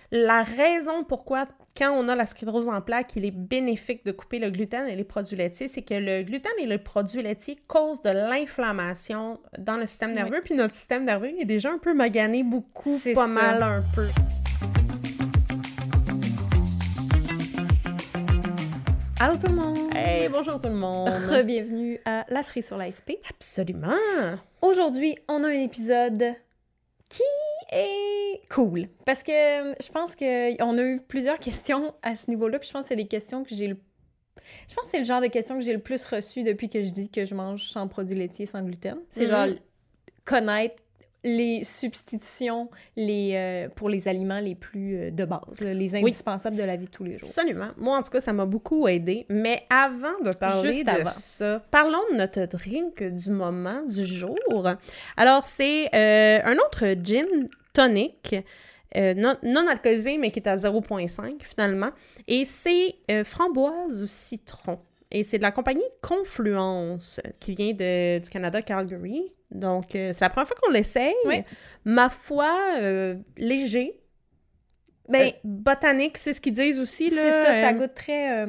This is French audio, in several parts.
la raison pourquoi, quand on a la sclérose en plaques, il est bénéfique de couper le gluten et les produits laitiers, c'est que le gluten et les produits laitiers causent de l'inflammation dans le système nerveux, puis notre système nerveux est déjà un peu magané, mal un peu. Allô tout le monde! Hey, bonjour tout le monde! Re-bienvenue à La Cerise sur l'ASP. Absolument! Aujourd'hui, on a un épisode qui est cool. Parce que je pense qu'on a eu plusieurs questions à ce niveau-là, puis je pense que c'est les questions que j'ai le... Je pense que c'est le genre de questions que j'ai le plus reçues depuis que je dis que je mange sans produits laitiers, sans gluten. C'est genre connaître les substitutions pour les aliments les plus de base, les indispensables de la vie de tous les jours. Absolument. Moi, en tout cas, ça m'a beaucoup aidé. Mais avant de parler ça, parlons de notre drink du moment, du jour. Alors, c'est un autre gin tonic, non alcoolisé, mais qui est à 0,5 finalement. Et c'est framboise citron. Et c'est de la compagnie Confluence, qui vient du Canada, Calgary. Donc, c'est la première fois qu'on l'essaye. Oui. Ma foi, léger. Botanique, c'est ce qu'ils disent aussi. C'est ça, ça goûte très...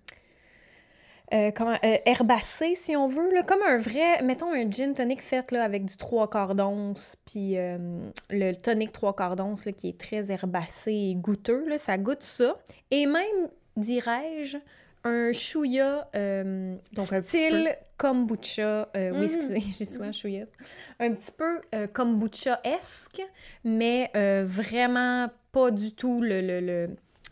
herbacé, si on veut. Là, comme un vrai... Mettons un gin tonic fait là, avec du 3/4 d'once, puis le tonic 3/4 d'once là, qui est très herbacé et goûteux. Là, ça goûte ça. Et même, dirais-je, un chouïa donc style kombucha. Oui, excusez, j'ai souvent chouïa. Un petit peu kombucha-esque, mais vraiment pas du tout le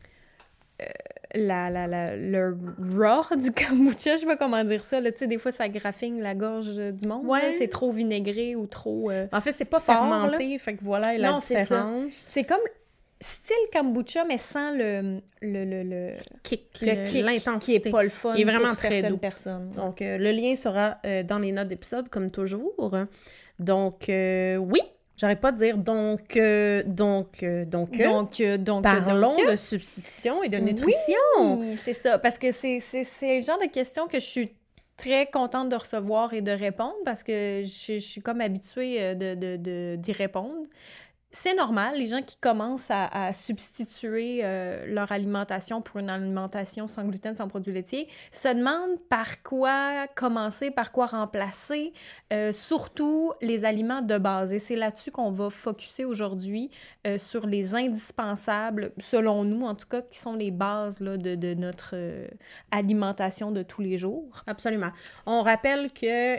raw du kombucha, je sais pas comment dire ça. Tu sais, des fois, ça graffigne la gorge du monde. Ouais. C'est trop vinaigré ou trop en fait, c'est pas fermenté, fait que voilà la différence. C'est comme style kombucha, mais sans le kick, l'intensité. Qui est pas le fun il est vraiment pour très certaines doux. Personnes. Donc, le lien sera dans les notes d'épisode, comme toujours. Donc, oui, j'arrête pas de dire donc, parlons de substitution et de nutrition. Oui, c'est ça, parce que c'est le genre de questions que je suis très contente de recevoir et de répondre, parce que je suis comme habituée d'y répondre. C'est normal, les gens qui commencent à substituer leur alimentation pour une alimentation sans gluten, sans produits laitiers, se demandent par quoi commencer, par quoi remplacer, surtout les aliments de base. Et c'est là-dessus qu'on va focusser aujourd'hui, sur les indispensables, selon nous en tout cas, qui sont les bases là, de notre alimentation de tous les jours. Absolument. On rappelle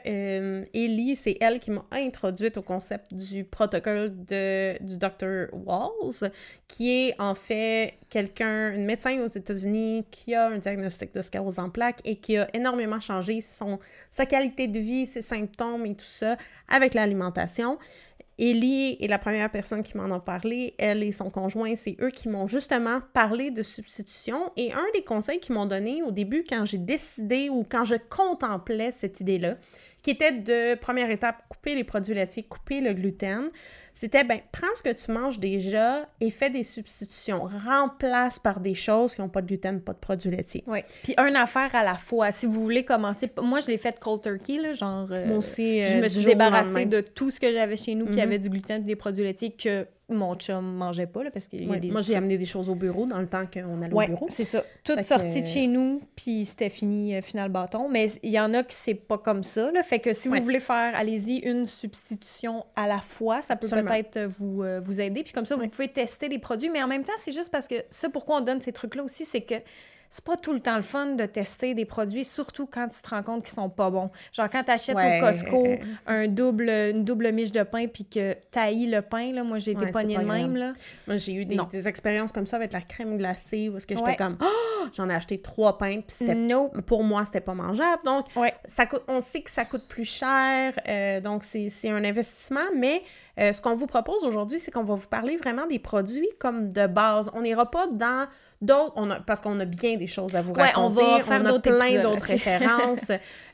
que Ellie, c'est elle qui m'a introduite au concept du protocole du Dr. Walls, qui est en fait une médecin aux États-Unis qui a un diagnostic de sclérose en plaques et qui a énormément changé sa qualité de vie, ses symptômes et tout ça avec l'alimentation. Ellie est la première personne qui m'en a parlé. Elle et son conjoint, c'est eux qui m'ont justement parlé de substitution. Et un des conseils qu'ils m'ont donné au début, quand j'ai décidé ou quand je contemplais cette idée-là, qui était de, première étape, couper les produits laitiers, couper le gluten, c'était, prends ce que tu manges déjà et fais des substitutions. Remplace par des choses qui n'ont pas de gluten, pas de produits laitiers. Oui. Puis une affaire à la fois. Si vous voulez commencer... Moi, je l'ai fait cold turkey, là, genre... Moi aussi, je me suis débarrassée de tout ce que j'avais chez nous qui avait du gluten et des produits laitiers que mon chum mangeait pas, là, parce qu'il y a des... Moi, j'ai amené des choses au bureau dans le temps qu'on allait au bureau. C'est ça. Tout sorti de chez nous, puis c'était fini, final bâton. Mais il y en a qui c'est pas comme ça, là. Fait que si vous voulez faire, allez-y, une substitution à la fois, ça peut peut-être vous aider. Puis comme ça, vous pouvez tester des produits. Mais en même temps, c'est juste parce que ça, pourquoi on donne ces trucs-là aussi, c'est que c'est pas tout le temps le fun de tester des produits, surtout quand tu te rends compte qu'ils sont pas bons. Genre, quand t'achètes au Costco une double miche de pain puis que t'haïs le pain, là, moi, j'ai été pognée de même, là. Moi, j'ai eu des expériences comme ça avec la crème glacée où j'étais comme, j'en ai acheté 3 pains puis pour moi, c'était pas mangeable. Donc, on sait que ça coûte plus cher, donc c'est un investissement, mais ce qu'on vous propose aujourd'hui, c'est qu'on va vous parler vraiment des produits comme de base. On n'ira pas dans d'autres, parce qu'on a bien des choses à vous raconter. On a plein d'autres références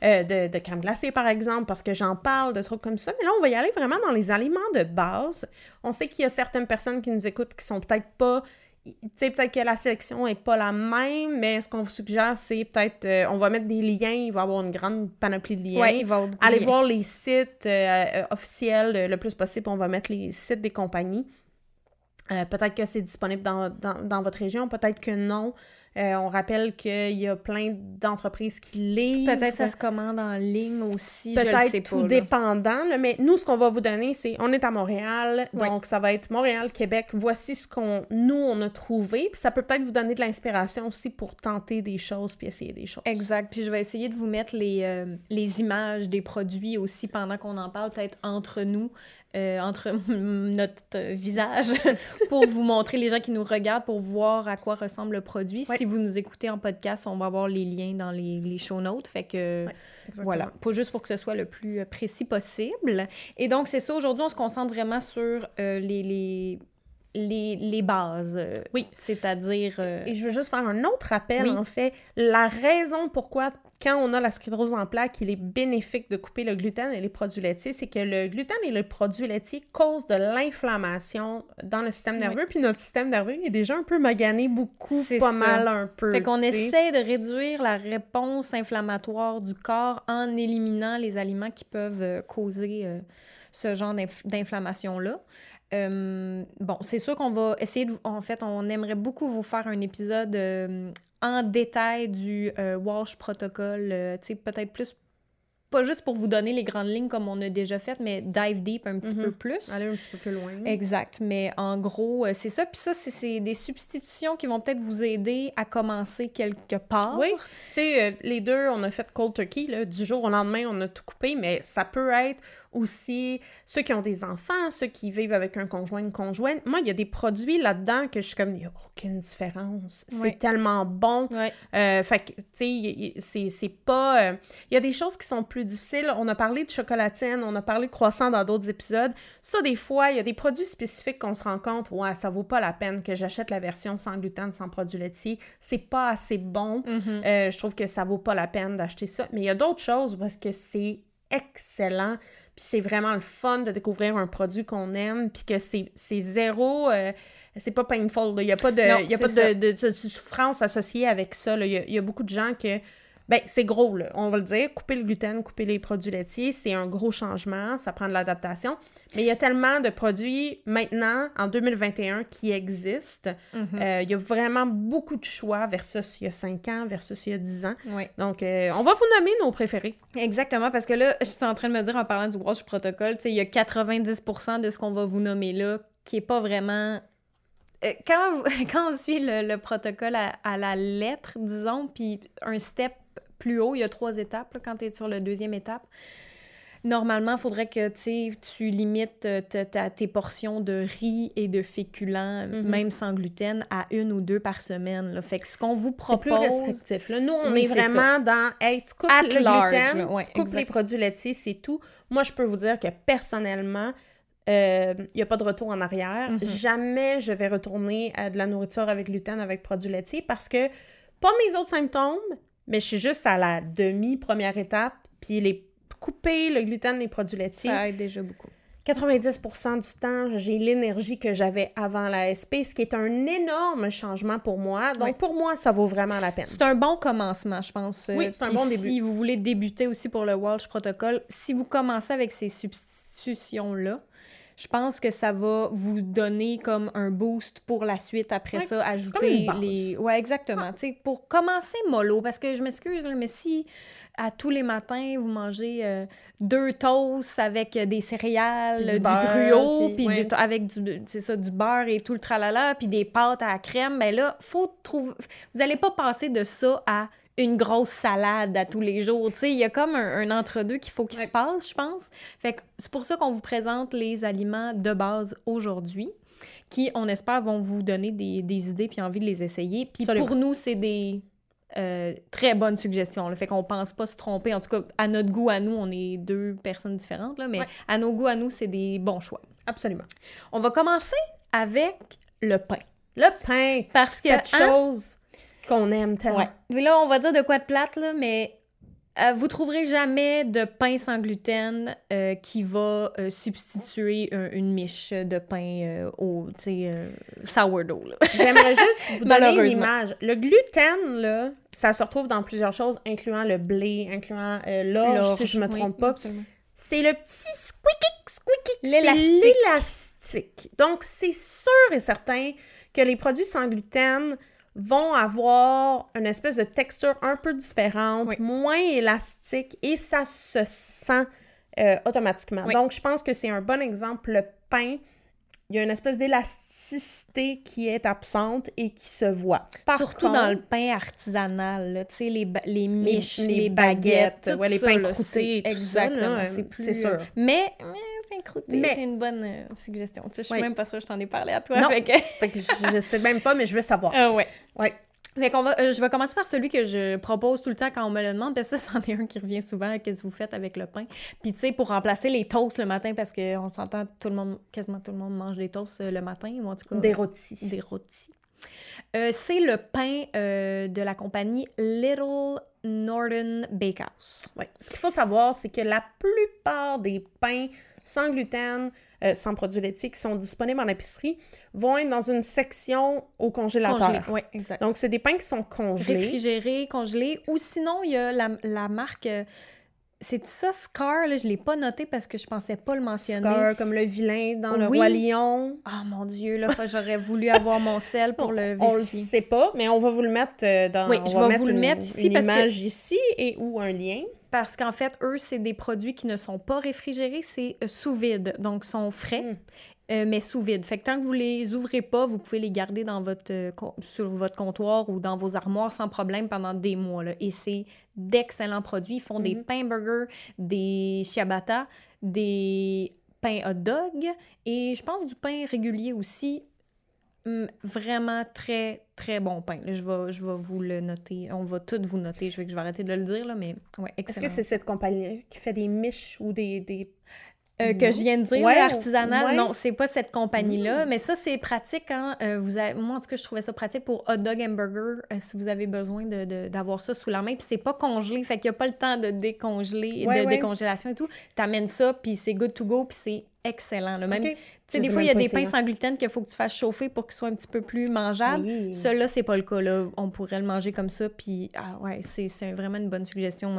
de crème glacée, par exemple, parce que j'en parle, de trucs comme ça. Mais là, on va y aller vraiment dans les aliments de base. On sait qu'il y a certaines personnes qui nous écoutent qui sont peut-être pas... Tu sais, peut-être que la sélection n'est pas la même, mais ce qu'on vous suggère, c'est peut-être... on va mettre des liens, il va y avoir une grande panoplie de liens. Oui, il va y avoir beaucoup Allez voir les sites officiels le plus possible, on va mettre les sites des compagnies. Peut-être que c'est disponible dans votre région, peut-être que non. On rappelle qu'il y a plein d'entreprises qui livrent. Peut-être ça se commande en ligne aussi, je le sais Peut-être pas. tout Là. dépendant, là, mais nous, ce qu'on va vous donner, c'est, on est à Montréal, donc ça va être Montréal, Québec, voici ce on a trouvé, puis ça peut peut-être vous donner de l'inspiration aussi pour tenter des choses puis essayer des choses. Exact, puis je vais essayer de vous mettre les images des produits aussi pendant qu'on en parle, peut-être entre nous, entre notre visage, pour vous montrer, les gens qui nous regardent, pour voir à quoi ressemble le produit. Si vous nous écoutez en podcast, on va avoir les liens dans les show notes, fait que voilà, pas juste pour que ce soit le plus précis possible. Et donc, c'est ça, aujourd'hui, on se concentre vraiment sur les bases. C'est-à-dire... Et je veux juste faire un autre rappel, en fait. La raison pourquoi, quand on a la sclérose en plaques, il est bénéfique de couper le gluten et les produits laitiers, c'est que le gluten et les produits laitiers causent de l'inflammation dans le système nerveux, puis notre système nerveux est déjà un peu magané mal un peu. Fait qu'on essaie de réduire la réponse inflammatoire du corps en éliminant les aliments qui peuvent causer ce genre d'inflammation-là. Bon, c'est sûr qu'on va essayer de... En fait, on aimerait beaucoup vous faire un épisode en détail du WASH protocole, tu sais, peut-être plus, pas juste pour vous donner les grandes lignes comme on a déjà fait, mais dive deep un petit peu plus. Aller un petit peu plus loin. Exact, mais en gros, c'est ça. Puis ça, c'est des substitutions qui vont peut-être vous aider à commencer quelque part. Oui, tu sais, les deux, on a fait cold turkey, là, du jour au lendemain, on a tout coupé, mais ça peut être aussi ceux qui ont des enfants, ceux qui vivent avec un conjoint, une conjointe. Moi, il y a des produits là-dedans que je suis comme, il n'y a aucune différence. C'est tellement bon. Fait que, tu sais, c'est pas... Il y a des choses qui sont plus difficiles. On a parlé de chocolatine, on a parlé de croissant dans d'autres épisodes. Ça, des fois, il y a des produits spécifiques qu'on se rend compte, ça vaut pas la peine que j'achète la version sans gluten, sans produits laitiers. C'est pas assez bon. Je trouve que ça vaut pas la peine d'acheter ça. Mais il y a d'autres choses parce que c'est excellent. Puis c'est vraiment le fun de découvrir un produit qu'on aime, puis que c'est zéro... c'est pas painful, il n'y a pas de souffrance associée avec ça. Il y a beaucoup de gens que... Ben, c'est gros, là, on va le dire. Couper le gluten, couper les produits laitiers, c'est un gros changement, ça prend de l'adaptation. Mais il y a tellement de produits maintenant, en 2021, qui existent. Il y a vraiment beaucoup de choix versus il y a 5 ans, versus il y a 10 ans. Donc, on va vous nommer nos préférés. Exactement, parce que là, je suis en train de me dire, en parlant du WASH protocole, tu sais, il y a 90% de ce qu'on va vous nommer là qui est pas vraiment... Quand on suit le protocole à la lettre, disons, puis un step plus haut, il y a 3 étapes, là, quand tu es sur la 2e étape. Normalement, il faudrait que tu limites tes portions de riz et de féculents, même sans gluten, à 1 ou 2 par semaine. Là. Fait que ce qu'on vous propose... C'est plus restrictif. Là. Nous, on est vraiment dans « Hey, tu coupes le gluten, tu coupes les produits laitiers, c'est tout. » Moi, je peux vous dire que personnellement, il n'y a pas de retour en arrière. Jamais je vais retourner à de la nourriture avec gluten, avec produits laitiers, parce que, pas mes autres symptômes, mais je suis juste à la première étape, puis couper le gluten, les produits laitiers. Ça aide déjà beaucoup. 90% du temps, j'ai l'énergie que j'avais avant la SP, ce qui est un énorme changement pour moi. Donc, pour moi, ça vaut vraiment la peine. C'est un bon commencement, je pense. Oui, c'est un bon début. Si vous voulez débuter aussi pour le WASH protocole, si vous commencez avec ces substitutions-là, je pense que ça va vous donner comme un boost pour la suite. Après ça, ajouter les... Ouais, exactement. Tu sais, pour commencer mollo, parce que je m'excuse, là, mais si à tous les matins, vous mangez 2 toasts avec des céréales, du gruau, puis avec du beurre et tout le tralala, puis des pâtes à la crème, ben là, faut trouver... Vous n'allez pas passer de ça à une grosse salade à tous les jours. Tu sais, il y a comme un entre-deux qu'il faut qu'il se passe, je pense. Fait que c'est pour ça qu'on vous présente les aliments de base aujourd'hui, qui, on espère, vont vous donner des idées puis envie de les essayer. Puis pour nous, c'est des très bonnes suggestions. Là. Fait qu'on pense pas se tromper. En tout cas, à notre goût, à nous, on est 2 personnes différentes, là, mais à nos goûts, à nous, c'est des bons choix. Absolument. On va commencer avec le pain. Le pain! Parce que... Cette chose... qu'on aime tellement. Ouais. Mais là, on va dire de quoi de plate, là, mais vous trouverez jamais de pain sans gluten qui va substituer une miche de pain au, sourdough. Là. J'aimerais juste vous donner une image. Le gluten, là, ça se retrouve dans plusieurs choses, incluant le blé, incluant l'orge, si je me trompe pas. Absolument. C'est le petit squeaky, l'élastique. élastique. Donc, c'est sûr et certain que les produits sans gluten vont avoir une espèce de texture un peu différente, Oui. moins élastique, et ça se sent automatiquement. Oui. Donc, je pense que c'est un bon exemple. Le pain, il y a une espèce d'élasticité qui est absente et qui se voit. Surtout dans le pain artisanal, là, tu sais, les miches, les baguettes, tout les ça, pains là, croûtés, tout exactement, ça, là, c'est plus... c'est sûr. Mais pain croûté, Mais- c'est une bonne suggestion. Tu sais, je suis Oui. même pas sûre que je t'en ai parlé à toi. Non. Fait que... Fait que je sais même pas, mais je veux savoir. ouais. Ouais. Fait qu'on va, je vais commencer par celui que je propose tout le temps quand on me le demande. Ça, c'en est un qui revient souvent. Qu'est-ce que vous faites avec le pain? Puis, tu sais, pour remplacer les toasts le matin, parce qu'on s'entend, quasiment tout le monde mange des toasts le matin, ou en tout cas... Des rôtis. Des rôtis. C'est le pain de la compagnie Little Northern Bakehouse. Oui. Ce qu'il faut savoir, c'est que la plupart des pains sans gluten, sans produits laitiers qui sont disponibles en épicerie vont être dans une section au congélateur. Congelé, oui, exact. Donc, c'est des pains qui sont congelés. Réfrigérés, congelés. Ou sinon, il y a la marque... c'est ça, Scar? Là, je ne l'ai pas noté parce que je pensais pas le mentionner. Scar, comme le vilain dans Le Oui. Roi Lion. Ah, mon Dieu, là, j'aurais voulu avoir mon sel pour le On le vérifier. sait pas, mais on va vous le mettre dans... Oui, on je va vais mettre vous le une, mettre ici une parce que- image ici et ou un lien. Parce qu'en fait, eux, c'est des produits qui ne sont pas réfrigérés, c'est sous vide, donc sont frais, mais sous vide. Fait que tant que vous les ouvrez pas, vous pouvez les garder dans sur votre comptoir ou dans vos armoires sans problème pendant des mois, là. Et c'est d'excellents produits. Ils font des pains burgers, des ciabatta, des pains hot dog et je pense du pain régulier aussi. Vraiment très, très bon pain. Là, je vais vous le noter. On va tout vous noter. Je vais arrêter de le dire, là, mais ouais, Est-ce excellent. que c'est cette compagnie que fait des miches ou des... Que je viens de dire, Ouais, l'artisanal, ouais. non, c'est pas cette compagnie-là, mais ça, c'est pratique quand moi, en tout cas, je trouvais ça pratique pour hot dog hamburger, si vous avez besoin d'avoir ça sous la main, puis c'est pas congelé, fait qu'il n'y a pas le temps de décongeler, Ouais, de ouais. décongélation et tout. T'amènes ça, puis c'est good to go, puis c'est excellent. Là. Même, Ok. tu sais, Je des sais fois, il y même a pas des pains essayer. sans gluten qu'il faut que tu fasses chauffer pour qu'ils soient un petit peu plus mangeables. Oui. Celui-là, c'est pas le cas, là. On pourrait le manger comme ça, puis ouais, c'est vraiment une bonne suggestion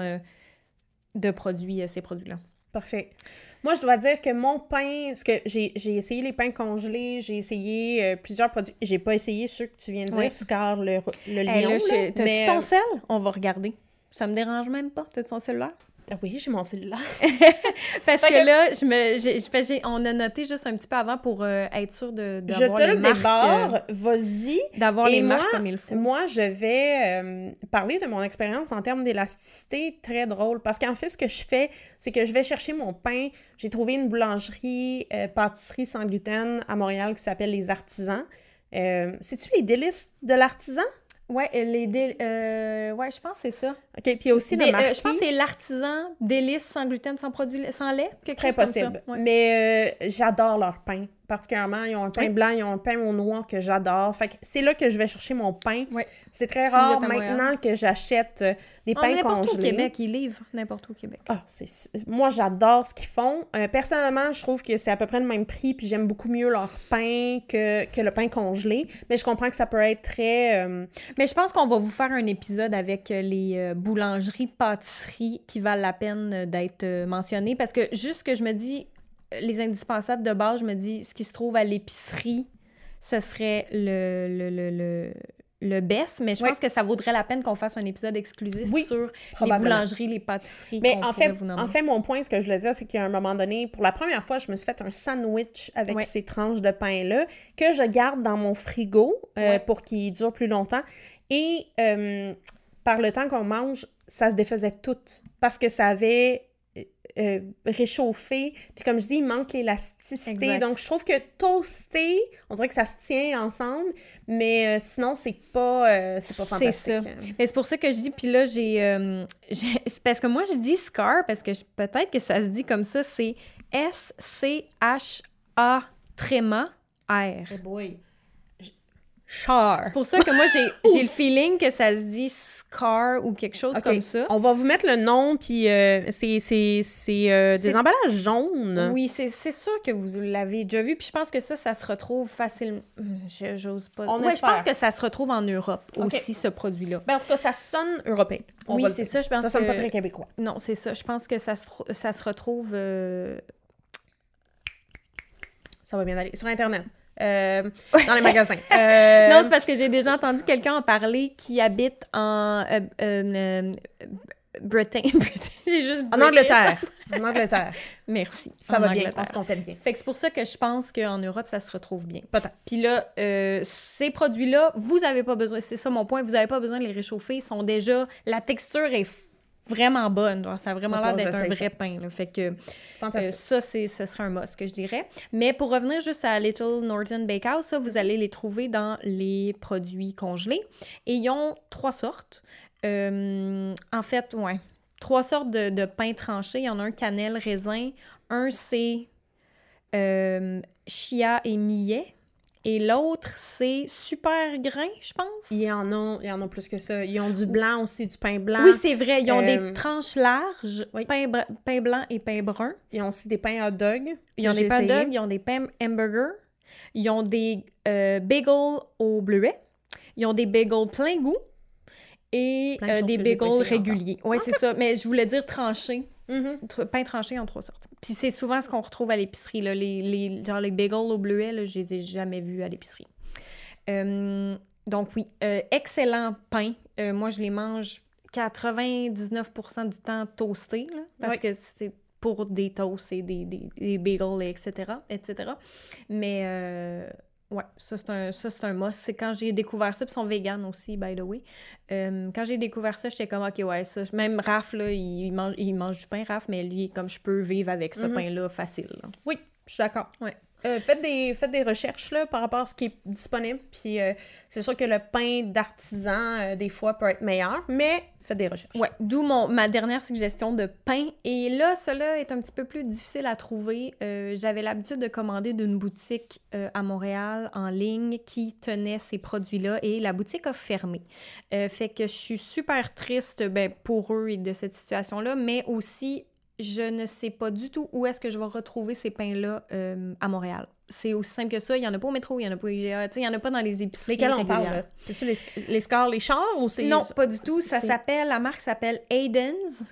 de produits, ces produits-là. Parfait. Moi, je dois dire que mon pain, parce que j'ai essayé les pains congelés, j'ai essayé plusieurs produits. J'ai pas essayé ceux que tu viens de dire, Ouais. Scar, le lion. Hey, là, là, t'as-tu mais, ton sel? On va regarder. Ça me dérange même pas. T'as ton cellulaire? Ah oui, j'ai mon cellulaire. Parce Fait que que- là, on a noté juste un petit peu avant pour être sûr Je d'avoir te les le marques, débarre, vas-y. d'avoir Et les moi- marques comme il faut. Moi, je vais parler de mon expérience en termes d'élasticité, très drôle, parce qu'en fait, ce que je fais, c'est que je vais chercher mon pain. J'ai trouvé une boulangerie, pâtisserie sans gluten à Montréal qui s'appelle Les Artisans. C'est-tu les délices de l'artisan? Ouais, ouais, je pense que c'est ça. OK, puis il y a aussi le marquis. Je pense que c'est l'artisan délice sans gluten, sans produit, sans lait, quelque Très chose comme possible. ça. Ouais. Mais j'adore leur pain. Particulièrement, ils ont un pain Oui. blanc, ils ont un pain au noix que j'adore. Fait que c'est là que je vais chercher mon pain. Ouais. C'est très Si vous rare êtes à Montréal. maintenant que j'achète des pains N'importe où au congelés. Québec, ils livrent n'importe où au Québec. Ah, moi, j'adore ce qu'ils font. Personnellement, je trouve que c'est à peu près le même prix, puis j'aime beaucoup mieux leur pain que le pain congelé. Mais je comprends que ça peut être très... Mais je pense qu'on va vous faire un épisode avec les boulangeries, pâtisseries qui valent la peine d'être mentionnées parce que juste que je me dis, les indispensables de base, je me dis, ce qui se trouve à l'épicerie, ce serait le best, mais je Oui. pense que ça vaudrait la peine qu'on fasse un épisode exclusif Oui, sur les probablement. boulangeries, les pâtisseries Mais qu'on en pourrait fait, vous nommer. en fait, mon point, ce que je voulais dire, c'est qu'à un moment donné, pour la première fois, je me suis fait un sandwich avec Ouais. ces tranches de pain-là que je garde dans mon frigo Ouais. pour qu'il dure plus longtemps. Et par le temps qu'on mange, ça se défaisait tout parce que ça avait réchauffé. Puis comme je dis, il manque l'élasticité. Exact. Donc, je trouve que toasté, on dirait que ça se tient ensemble, mais sinon, c'est pas fantastique. C'est ça. Mais c'est pour ça que je dis, puis là, c'est parce que moi, je dis Scar, parce que peut-être que ça se dit comme ça, c'est S-C-H-A tréma R. Oh boy. Char. C'est pour ça que moi, j'ai le feeling que ça se dit Scar ou quelque chose OK. comme ça. On va vous mettre le nom, puis c'est des emballages jaunes. Oui, c'est sûr que vous l'avez déjà vu, puis je pense que ça se retrouve facilement. J'ose pas. On Ouais, je espère. pense que ça se retrouve en Europe OK. aussi, ce produit-là. Ben, en tout cas, ça sonne européen. On Oui, va le c'est dire. ça, je pense Ça sonne que- pas très québécois. Non, c'est ça. Je pense que ça se retrouve. ça va bien aller. Sur Internet. Dans les magasins. Non, c'est parce que j'ai déjà entendu quelqu'un en parler qui habite en Bretagne. J'ai juste en Angleterre. En Angleterre. Merci. Ça va bien, on se complète bien. Fait que c'est pour ça que je pense qu'en Europe, ça se retrouve bien. Peut-être. Puis là, ces produits-là, vous n'avez pas besoin, c'est ça mon point, vous n'avez pas besoin de les réchauffer. Ils sont déjà, la texture est vraiment bonne. Genre, ça a vraiment l'air d'être un vrai pain. Là. Fait que ça, ce serait un must, que je dirais. Mais pour revenir juste à Little Northern Bakehouse, ça, vous allez les trouver dans les produits congelés. Et ils ont 3 sortes. En fait, 3 sortes de pain tranché. Il y en a un cannelle, raisin. Un, c'est chia et millet. Et l'autre, c'est super grain, je pense. Ils en ont plus que ça. Ils ont du blanc aussi, du pain blanc. Oui, c'est vrai. Ils ont des tranches larges, oui. pain blanc et pain brun. Ils ont aussi des pains hot dog. Ils ont des pains hot dog, ils ont des pains hamburger. Ils ont des bagels au bleuet. Ils ont des bagels plein goût. Et des bagels réguliers. Oui, c'est ça. Mais je voulais dire tranchés. Mm-hmm. Pain tranché en 3 sortes. Puis c'est souvent ce qu'on retrouve à l'épicerie. Là. Genre les bagels au bleuet, là, je les ai jamais vus à l'épicerie. Donc oui, excellent pain. Moi, je les mange 99% du temps toastés, là, parce que c'est pour des toasts et des bagels, etc. Mais... ouais, ça c'est un must. C'est quand j'ai découvert ça, puis ils sont véganes aussi, by the way. Quand j'ai découvert ça, j'étais comme, OK, ouais, ça. Même Raph, là, il mange du pain, Raph, mais lui, comme je peux vivre avec ce pain-là facile. Là. Oui, je suis d'accord. Ouais. Faites des recherches là, par rapport à ce qui est disponible, puis c'est sûr que le pain d'artisan, des fois, peut être meilleur, mais faites des recherches. Ouais, d'où ma dernière suggestion de pain. Et là, cela est un petit peu plus difficile à trouver. J'avais l'habitude de commander d'une boutique à Montréal, en ligne, qui tenait ces produits-là, et la boutique a fermé. Fait que je suis super triste pour eux et de cette situation-là, mais aussi... je ne sais pas du tout où est-ce que je vais retrouver ces pains-là à Montréal. C'est aussi simple que ça. Il n'y en a pas au métro, il n'y en a pas au IGA, il n'y en a pas dans les épiceries régulières. Lesquels on parle, là? C'est-tu les Scars, les chars, ou c'est... Non, pas du tout. La marque s'appelle Aiden's,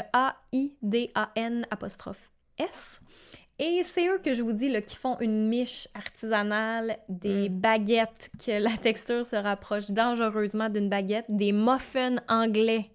A-I-D-A-N''S. Et c'est eux que je vous dis, là, qui font une miche artisanale, des baguettes, que la texture se rapproche dangereusement d'une baguette, des muffins anglais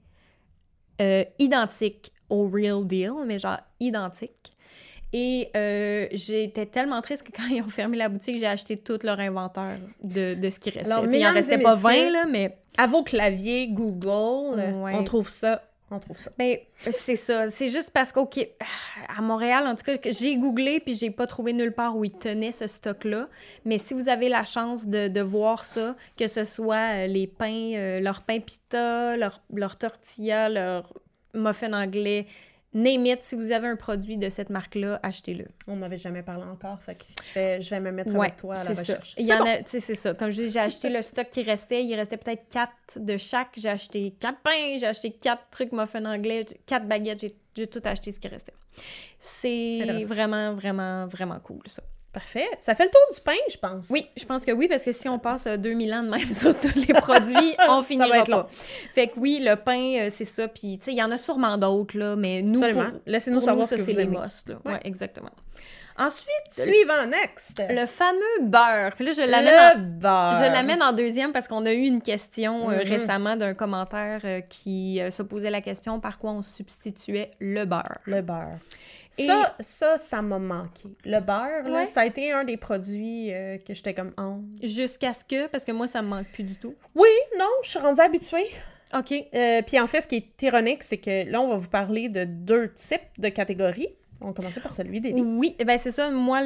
identiques au real deal, mais genre identique. Et j'étais tellement triste que quand ils ont fermé la boutique, j'ai acheté tout leur inventaire de ce qui restait. Alors, il en restait pas 20, là, mais... À vos claviers Google, on trouve ça. Ben, c'est ça. C'est juste parce qu'à Montréal, en tout cas, j'ai googlé puis j'ai pas trouvé nulle part où ils tenaient ce stock-là. Mais si vous avez la chance de voir ça, que ce soit les pains, leur pain pita, leur tortilla, leur muffin anglais, name it, si vous avez un produit de cette marque-là, achetez-le. On n'avait jamais parlé encore, fait que je vais me mettre avec toi à la recherche. C'est ça. Comme je dis, j'ai acheté le stock qui restait. Il restait peut-être 4 de chaque. J'ai acheté 4 pains, j'ai acheté 4 trucs muffins anglais, 4 baguettes. J'ai tout acheté ce qui restait. C'est vraiment, vraiment, vraiment cool, ça. Parfait. Ça fait le tour du pain, je pense. Oui, je pense que oui, parce que si on passe 2000 ans de même sur tous les produits, on finira pas. Fait que oui, le pain, c'est ça. Puis, tu sais, il y en a sûrement d'autres, là, mais nous, laissez-nous savoir ce que vous aimez. Must, là. Ouais, exactement. Ensuite... Suivant, next! Le fameux beurre. Puis là, je l'amène en deuxième parce qu'on a eu une question récemment d'un commentaire qui se posait la question par quoi on substituait le beurre. Le beurre. Et ça m'a manqué. Le beurre, là, ça a été un des produits que j'étais comme... Oh. Jusqu'à ce que... Parce que moi, ça me manque plus du tout. Oui, non, je suis rendue habituée. OK. Puis en fait, ce qui est ironique, c'est que là, on va vous parler de 2 types de catégories. On va commencer par celui des livres. Oui, ben c'est ça. Moi,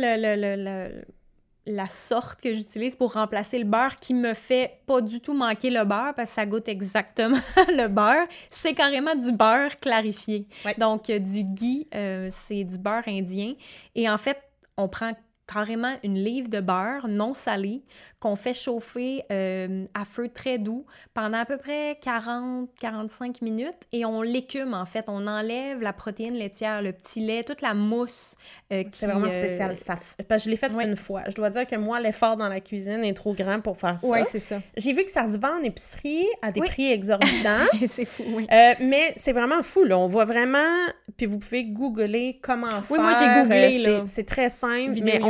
la sorte que j'utilise pour remplacer le beurre qui me fait pas du tout manquer le beurre parce que ça goûte exactement le beurre, c'est carrément du beurre clarifié. Ouais. Donc, du ghee, c'est du beurre indien. Et en fait, on prend carrément une livre de beurre non salé qu'on fait chauffer à feu très doux pendant à peu près 40-45 minutes et on l'écume en fait. On enlève la protéine laitière, le petit lait, toute la mousse. C'est vraiment spécial. Parce que je l'ai fait une fois. Je dois dire que moi, l'effort dans la cuisine est trop grand pour faire ça. Oui, c'est ça. J'ai vu que ça se vend en épicerie à des prix exorbitants. C'est fou, oui. Mais c'est vraiment fou, là. On voit vraiment... Puis vous pouvez googler comment faire. Oui, moi, j'ai googlé, là. C'est très simple, vidéo mais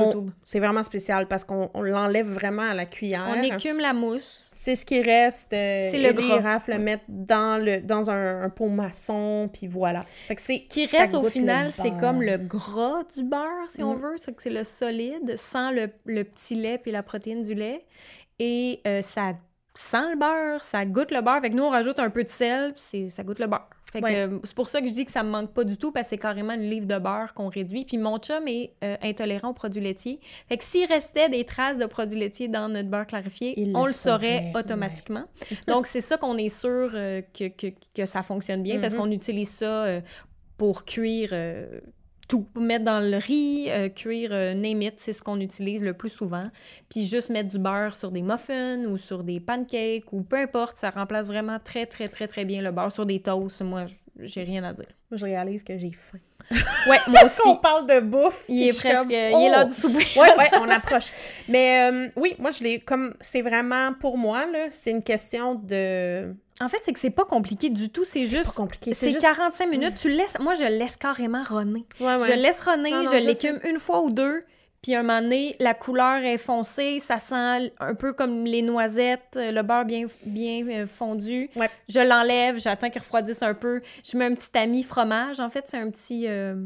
YouTube. C'est vraiment spécial parce qu'on l'enlève vraiment à la cuillère. On écume la mousse. C'est ce qui reste. C'est le gras. Les rafles le mettent dans un pot maçon, puis voilà. Fait que qui reste au final, c'est comme le gras du beurre, si on veut. C'est que c'est le solide, sans le petit lait puis la protéine du lait. Et ça sent le beurre, ça goûte le beurre. Fait que nous, on rajoute un peu de sel, puis ça goûte le beurre. Fait que c'est pour ça que je dis que ça me manque pas du tout, parce que c'est carrément une livre de beurre qu'on réduit. Puis mon chum est intolérant aux produits laitiers. Fait que s'il restait des traces de produits laitiers dans notre beurre clarifié, on le saurait automatiquement. Donc, c'est ça qu'on est sûr que ça fonctionne bien, parce qu'on utilise ça pour cuire tout. Mettre dans le riz, cuire name it, c'est ce qu'on utilise le plus souvent. Puis juste mettre du beurre sur des muffins ou sur des pancakes ou peu importe, ça remplace vraiment très, très, très, très bien le beurre sur des toasts. Moi, j'ai rien à dire. Moi, je réalise que j'ai faim. Ouais, moi aussi. Parce qu'on parle de bouffe. Il est presque... Il est l'heure du souper. Ouais, on approche. Mais oui, moi, je l'ai comme... C'est vraiment, pour moi, là, c'est une question de... En fait, c'est que c'est pas compliqué du tout, c'est juste... pas compliqué. C'est juste... 45 minutes, tu laisses... Moi, je laisse carrément runner. Je laisse runner, je l'écume une fois ou deux, puis un moment donné, la couleur est foncée, ça sent un peu comme les noisettes, le beurre bien fondu. Ouais. Je l'enlève, j'attends qu'il refroidisse un peu. Je mets un petit tamis fromage. En fait, c'est un petit...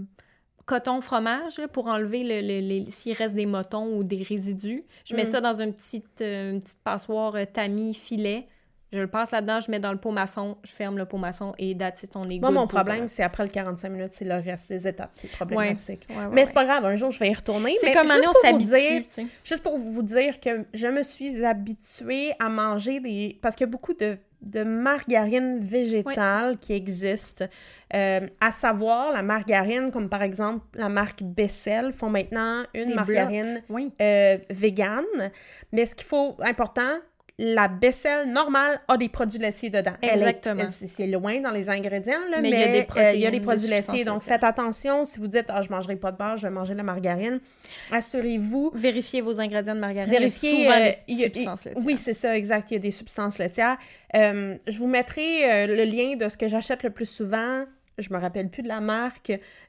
coton fromage là, pour enlever s'il reste des motons ou des résidus. Je mets ça dans une petite passoire tamis filet. Je le passe là-dedans, je mets dans le pot maçon, je ferme le pot maçon et that's it, on est good. Moi, mon problème, c'est après le 45 minutes, c'est le reste des étapes qui est problématique. Ouais, mais c'est pas grave, un jour, je vais y retourner. C'est comme on s'habitue. Juste pour vous dire que je me suis habituée à manger parce qu'il y a beaucoup de margarine végétale qui existe. À savoir, la margarine, comme par exemple la marque Becel, font maintenant une margarine végane. Mais ce qu'il faut, important, la Becel normale a des produits laitiers dedans. Exactement. C'est loin dans les ingrédients, là, mais il y a des produits laitiers. Donc, faites attention. Si vous dites « Ah, je ne mangerai pas de beurre, je vais manger de la margarine », assurez-vous... Vérifiez vos ingrédients de margarine. Vérifiez... Il y a souvent des substances laitières. Oui, c'est ça, exact. Il y a des substances laitières. Je vous mettrai le lien de ce que j'achète le plus souvent. Je me rappelle plus de la marque,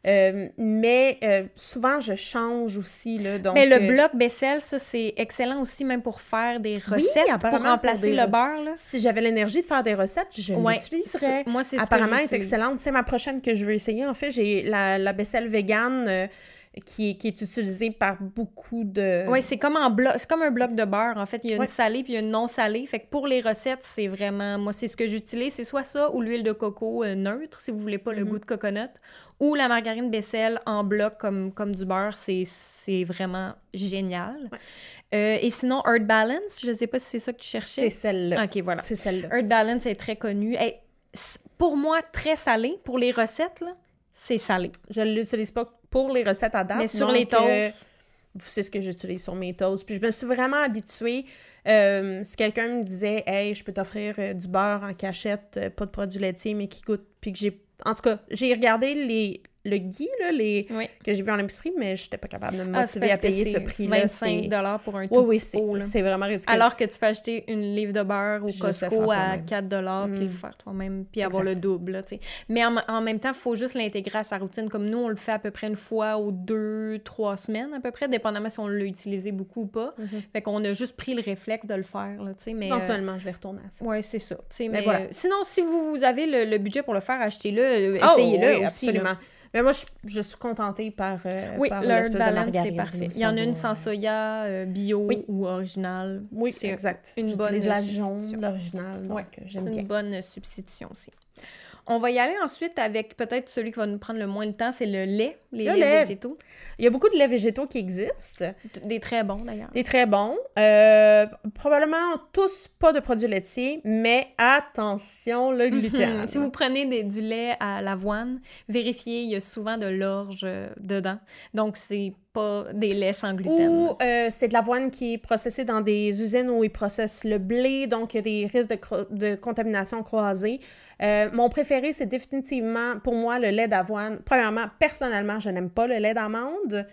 mais souvent, je change aussi. Là, donc, mais le bloc Becel, ça, c'est excellent aussi, même pour faire des recettes, pour remplacer le beurre. Là. Si j'avais l'énergie de faire des recettes, je l'utiliserais. Moi, c'est apparemment, elle est excellente. C'est ma prochaine que je veux essayer. En fait, j'ai la Becel végane qui est utilisée par beaucoup de... Oui, c'est comme un bloc de beurre. En fait, il y a une salée puis il y a une non salée. Fait que pour les recettes, c'est vraiment... Moi, c'est ce que j'utilise. C'est soit ça ou l'huile de coco neutre, si vous voulez pas le goût de coconut, ou la margarine Becel en bloc comme du beurre. C'est vraiment génial. Ouais. Et sinon, Earth Balance, je sais pas si c'est ça que tu cherchais. C'est celle-là. OK, voilà. C'est celle-là. Earth Balance est très connue. Pour moi, très salé. Pour les recettes, là, c'est salé. Je ne l'utilise pas pour les recettes à date. Mais sur les toasts... c'est ce que j'utilise sur mes toasts. Puis je me suis vraiment habituée. Si quelqu'un me disait « Hey, je peux t'offrir du beurre en cachette, pas de produits laitiers, mais qui goûte... » Puis que j'ai... En tout cas, j'ai regardé le Guy, là, que j'ai vu en épicerie, mais je n'étais pas capable de me motiver à payer ce prix-là. 25$ pour un tout petit pot. C'est vraiment ridicule. Alors que tu peux acheter une livre de beurre au Costco à 4$, puis le faire toi-même, puis avoir le double. Là, mais en même temps, il faut juste l'intégrer à sa routine. Comme nous, on le fait à peu près une fois aux 2-3 semaines, à peu près, dépendamment si on l'a utilisé beaucoup ou pas. Fait qu'on a juste pris le réflexe de le faire. Là, mais, éventuellement, je vais retourner à ça. Oui, c'est ça. Mais voilà. Sinon, si vous avez le budget pour le faire, achetez-le, essayez-le oui, aussi. Absolument. Là. Mais moi, je suis contentée par l'Earth Balance, c'est parfait. Il y en a une sans soya, bio ou original. Oui, c'est exact. Une bonne la jaune, l'original, donc j'aime bien. C'est une bonne substitution aussi. On va y aller ensuite avec peut-être celui qui va nous prendre le moins de temps, c'est le lait, les laits végétaux. Il y a beaucoup de laits végétaux qui existent. Des très bons, d'ailleurs. Des très bons. Probablement tous pas de produits laitiers, mais attention, le gluten. Si vous prenez du lait à l'avoine, vérifiez, il y a souvent de l'orge dedans. Donc, c'est pas des laits sans gluten. Ou c'est de l'avoine qui est processée dans des usines où ils processent le blé, donc il y a des risques de contamination croisée. Mon préféré, c'est définitivement, pour moi, le lait d'avoine. Premièrement, personnellement, je n'aime pas le lait d'amande.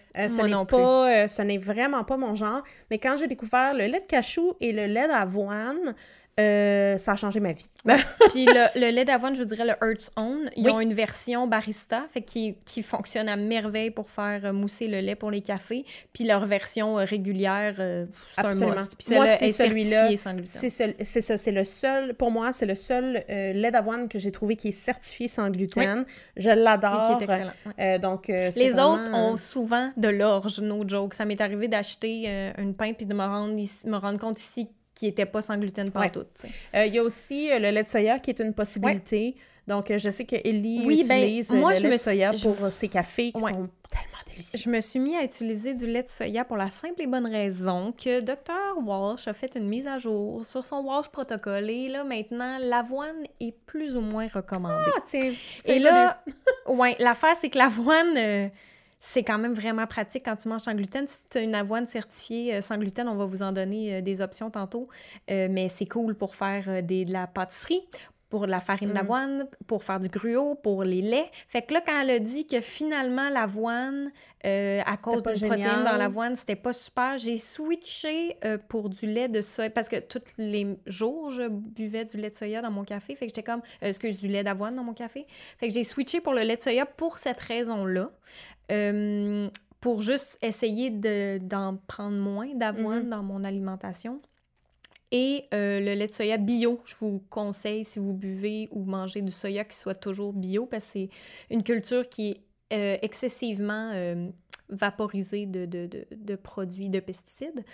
Ce n'est vraiment pas mon genre. Mais quand j'ai découvert le lait de cachou et le lait d'avoine, Ça a changé ma vie. Puis le lait d'avoine, je vous dirais le Earth's Own, ils ont une version barista, fait qui fonctionne à merveille pour faire mousser le lait pour les cafés. Puis leur version régulière, c'est Absolument. un must. Puis Moi, celle-là c'est est celui-là. certifiée sans gluten. C'est ça, c'est le seul, pour moi, c'est le seul lait d'avoine que j'ai trouvé qui est certifié sans gluten. Je l'adore. Et qui est excellent. Donc, les vraiment, autres ont souvent de l'orge, no joke. Ça m'est arrivé d'acheter une pinte puis de me rendre compte ici qui n'était pas sans gluten partout. Il y a aussi le lait de soya qui est une possibilité. Donc, je sais que Ellie utilise moi, le lait de soya pour ses cafés qui sont tellement délicieux. Je me suis mis à utiliser du lait de soya pour la simple et bonne raison que Dr. Walsh a fait une mise à jour sur son Walsh Protocol et là, maintenant, l'avoine est plus ou moins recommandée. Ah, tiens! Et là, l'affaire, c'est que l'avoine... c'est quand même vraiment pratique quand tu manges sans gluten. Si tu as une avoine certifiée sans gluten, on va vous en donner des options tantôt. Mais c'est cool pour faire de la pâtisserie, pour de la farine d'avoine, pour faire du gruau, pour les laits. Fait que là, quand elle a dit que finalement, l'avoine, à cause d'une protéine dans l'avoine, c'était pas super, j'ai switché pour du lait de soya. Parce que tous les jours, je buvais du lait de soya dans mon café. Fait que j'étais comme, du lait d'avoine dans mon café. Fait que j'ai switché pour le lait de soya pour cette raison-là. Pour juste essayer d'en prendre moins d'avoine dans mon alimentation. Et le lait de soya bio, je vous conseille si vous buvez ou mangez du soya qu'il soit toujours bio parce que c'est une culture qui est excessivement vaporisée de produits de pesticides.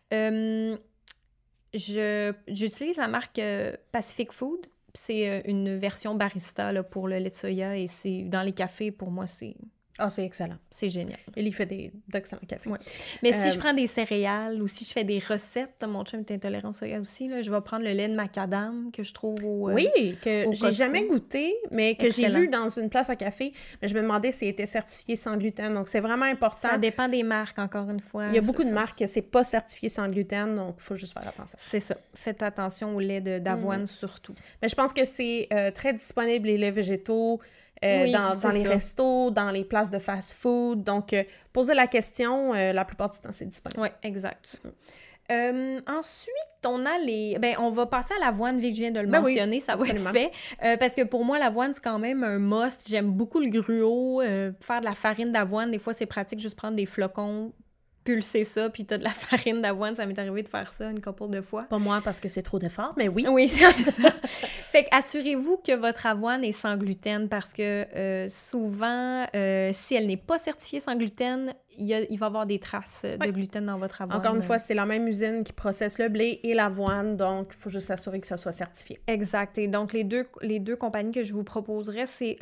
J'utilise la marque Pacific Food. C'est une version barista là, pour le lait de soya et c'est dans les cafés, pour moi, c'est... Ah, c'est excellent. C'est génial. Il fait d'excellents cafés. Ouais. Mais si je prends des céréales ou si je fais des recettes, mon chum est intolérant au soya aussi, là, je vais prendre le lait de macadam que je trouve oui, que j'ai jamais goûté, mais que j'ai vu dans une place à café. Mais je me demandais s'il était certifié sans gluten. Donc, c'est vraiment important. Ça dépend des marques, encore une fois. Il y a beaucoup de marques que c'est pas certifié sans gluten, donc il faut juste faire attention. C'est ça. Faites attention au lait d'avoine surtout. Mais je pense que c'est très disponible, les laits végétaux. Dans les restos, dans les places de fast-food. Donc, posez la question, la plupart du temps, c'est disponible. Oui, exact. Ensuite, on a les... on va passer à l'avoine, vu que je viens de le mentionner, ça va être fait. Parce que pour moi, l'avoine, c'est quand même un must. J'aime beaucoup le gruau. Faire de la farine d'avoine, des fois, c'est pratique, juste prendre des flocons, pulser ça, puis t'as de la farine d'avoine. Ça m'est arrivé de faire ça une couple de fois. Pas moi, parce que c'est trop d'efforts, mais oui. Oui, c'est ça. Fait que assurez-vous que votre avoine est sans gluten, parce que souvent, si elle n'est pas certifiée sans gluten, il va y avoir des traces de gluten dans votre avoine. Encore une fois, c'est la même usine qui processe le blé et l'avoine, donc il faut juste s'assurer que ça soit certifié. Exact. Et donc, les deux compagnies que je vous proposerais, c'est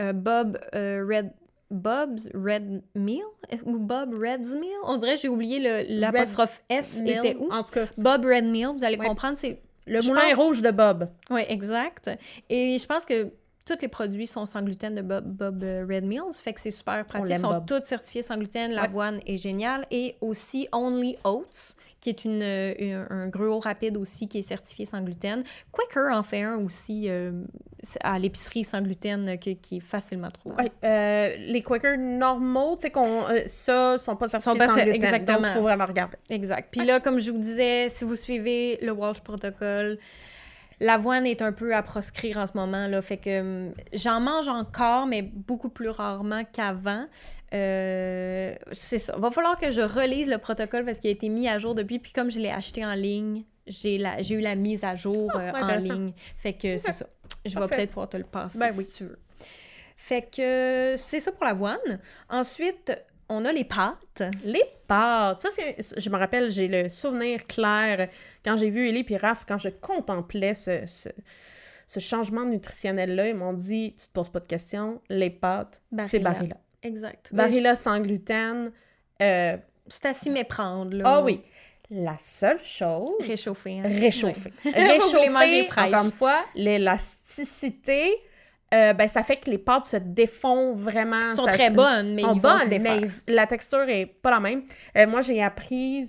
Bob's Red Meal ou Bob Red's Meal. On dirait que j'ai oublié l'apostrophe S était où? En tout cas. Bob Red Meal, vous allez comprendre, c'est... Le moulin rouge de Bob. Oui, exact. Et je pense que tous les produits sont sans gluten de Bob Red Meals, fait que c'est super pratique. Ils sont tous certifiés sans gluten. L'avoine est géniale. Et aussi Only Oats, qui est un gruau rapide aussi, qui est certifié sans gluten. Quaker en fait un aussi à l'épicerie sans gluten qui est facilement trouvable. Oui, les Quaker normaux, tu sais, ça, sont pas certifiés sans gluten. Exactement. Donc, il faut vraiment regarder. Exact. Puis là, comme je vous disais, si vous suivez le Walsh Protocol, l'avoine est un peu à proscrire en ce moment, là, fait que j'en mange encore, mais beaucoup plus rarement qu'avant. C'est ça. Va falloir que je relise le protocole parce qu'il a été mis à jour depuis, puis comme je l'ai acheté en ligne, j'ai eu la mise à jour en ligne. Fait que c'est ça. Je vais peut-être pouvoir te le passer si tu veux. Fait que c'est ça pour l'avoine. Ensuite, on a les pâtes. Les pâtes! Ça, je me rappelle, j'ai le souvenir clair quand j'ai vu Ellie et Raph, quand je contemplais ce changement nutritionnel-là, ils m'ont dit, tu te poses pas de questions, les pâtes, c'est Barilla. Exact. Barilla sans gluten. C'est à s'y méprendre, là. Ah oui! La seule chose... Réchauffer. Hein? Réchauffer. Ouais. Réchauffer, manger encore une fois, l'élasticité... ça fait que les pâtes se défont vraiment. Sont très bonnes, mais ils vont se défaire. Mais la texture est pas la même. Moi, j'ai appris...